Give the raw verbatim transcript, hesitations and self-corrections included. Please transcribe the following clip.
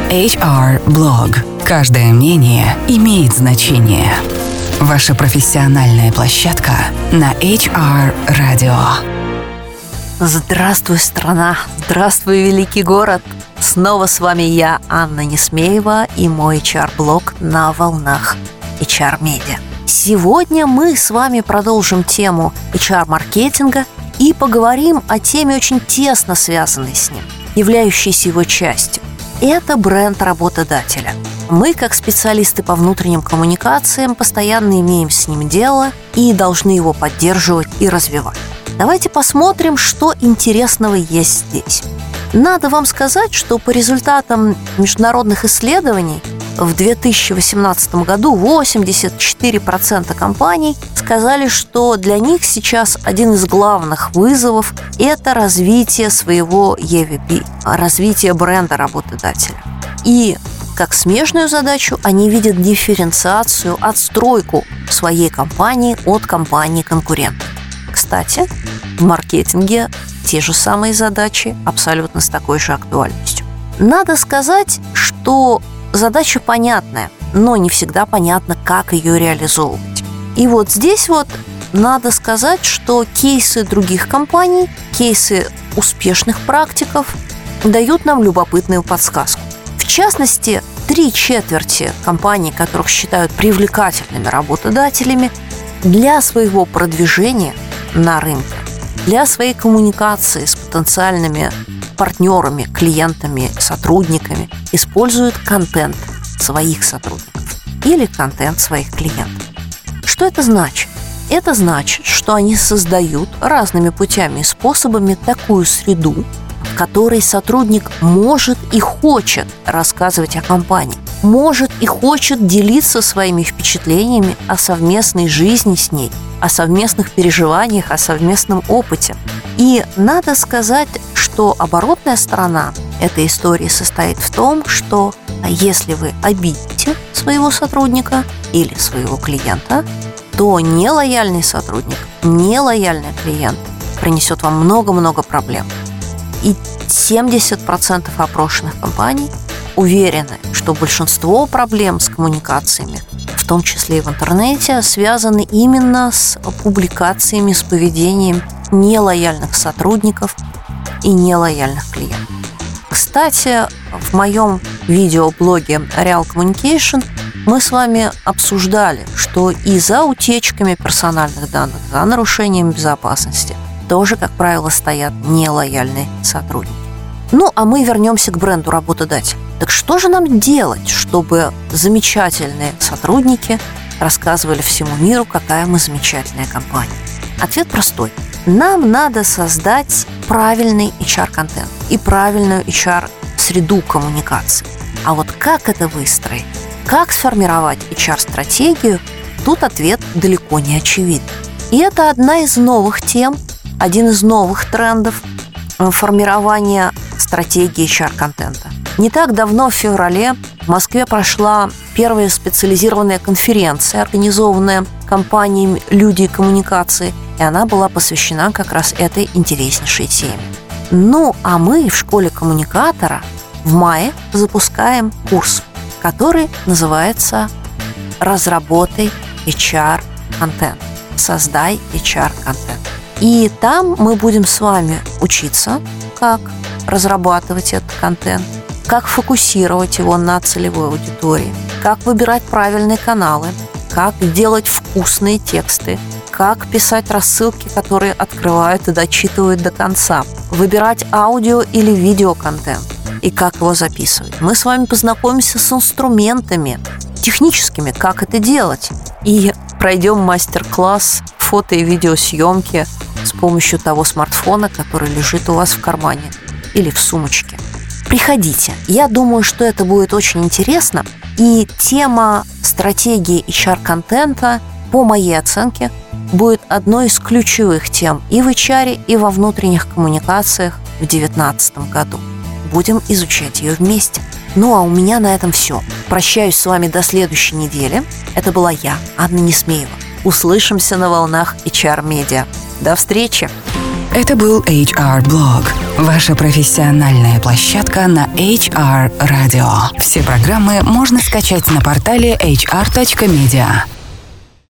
эйч ар-блог. Каждое мнение имеет значение. Ваша профессиональная площадка на эйч ар-радио. Здравствуй, страна! Здравствуй, великий город! Снова с вами я, Анна Несмеева, и мой эйч ар-блог на волнах эйч ар-медиа. Сегодня мы с вами продолжим тему эйч ар-маркетинга и поговорим о теме, очень тесно связанной с ним, являющейся его частью. Это бренд работодателя. Мы, как специалисты по внутренним коммуникациям, постоянно имеем с ним дело и должны его поддерживать и развивать. Давайте посмотрим, что интересного есть здесь. Надо вам сказать, что по результатам международных исследований в две тысячи восемнадцатом году восемьдесят четыре процента компаний сказали, что для них сейчас один из главных вызовов – это развитие своего и ви пи, развитие бренда работодателя. И как смежную задачу они видят дифференциацию, отстройку своей компании от компании-конкурентов. Кстати, в маркетинге те же самые задачи абсолютно с такой же актуальностью. Надо сказать, что задача понятная, но не всегда понятно, как ее реализовывать. И вот здесь вот надо сказать, что кейсы других компаний, кейсы успешных практиков дают нам любопытную подсказку. В частности, три четверти компаний, которых считают привлекательными работодателями, для своего продвижения на рынке, для своей коммуникации с потенциальными партнерами, клиентами, сотрудниками используют контент своих сотрудников или контент своих клиентов. Что это значит? Это значит, что они создают разными путями и способами такую среду, в которой сотрудник может и хочет рассказывать о компании, может и хочет делиться своими впечатлениями о совместной жизни с ней, о совместных переживаниях, о совместном опыте. И надо сказать, что оборотная сторона этой истории состоит в том, что если вы обидите своего сотрудника или своего клиента, то нелояльный сотрудник, нелояльный клиент принесет вам много-много проблем. И семьдесят процентов опрошенных компаний уверены, что большинство проблем с коммуникациями, в том числе и в интернете, связаны именно с публикациями, с поведением нелояльных сотрудников и нелояльных клиентов. Кстати, в моем видеоблоге Real Communication мы с вами обсуждали, что и за утечками персональных данных, за нарушением безопасности тоже, как правило, стоят нелояльные сотрудники. Ну, а мы вернемся к бренду работодателя. Так что же нам делать, чтобы замечательные сотрудники рассказывали всему миру, какая мы замечательная компания? Ответ простой. Нам надо создать правильный эйч ар-контент и правильную эйч ар-среду коммуникации. А вот как это выстроить? Как сформировать эйч ар-стратегию? Тут ответ далеко не очевиден. И это одна из новых тем, один из новых трендов формирования стратегии эйч ар-контента. Не так давно, в феврале, в Москве прошла первая специализированная конференция, организованная компанией «Люди и коммуникации», и она была посвящена как раз этой интереснейшей теме. Ну, а мы в школе коммуникатора в мае запускаем курс, который называется «Разработай эйч ар-контент», «Создай эйч ар-контент». И там мы будем с вами учиться, как разрабатывать этот контент, как фокусировать его на целевой аудитории, как выбирать правильные каналы, как делать вкусные тексты, как писать рассылки, которые открывают и дочитывают до конца, выбирать аудио или видеоконтент и как его записывать. Мы с вами познакомимся с инструментами техническими, как это делать, и пройдем мастер-класс фото- и видеосъемки с помощью того смартфона, который лежит у вас в кармане или в сумочке. Приходите. Я думаю, что это будет очень интересно. И тема стратегии эйч ар-контента, по моей оценке, будет одной из ключевых тем и в эйч ар, и во внутренних коммуникациях в две тысячи девятнадцатом году. Будем изучать ее вместе. Ну а у меня на этом все. Прощаюсь с вами до следующей недели. Это была я, Анна Несмеева. Услышимся на волнах эйч ар-медиа. До встречи! Это был эйч ар-блог. Ваша профессиональная площадка на эйч ар Radio. Все программы можно скачать на портале эйч ар точка медиа.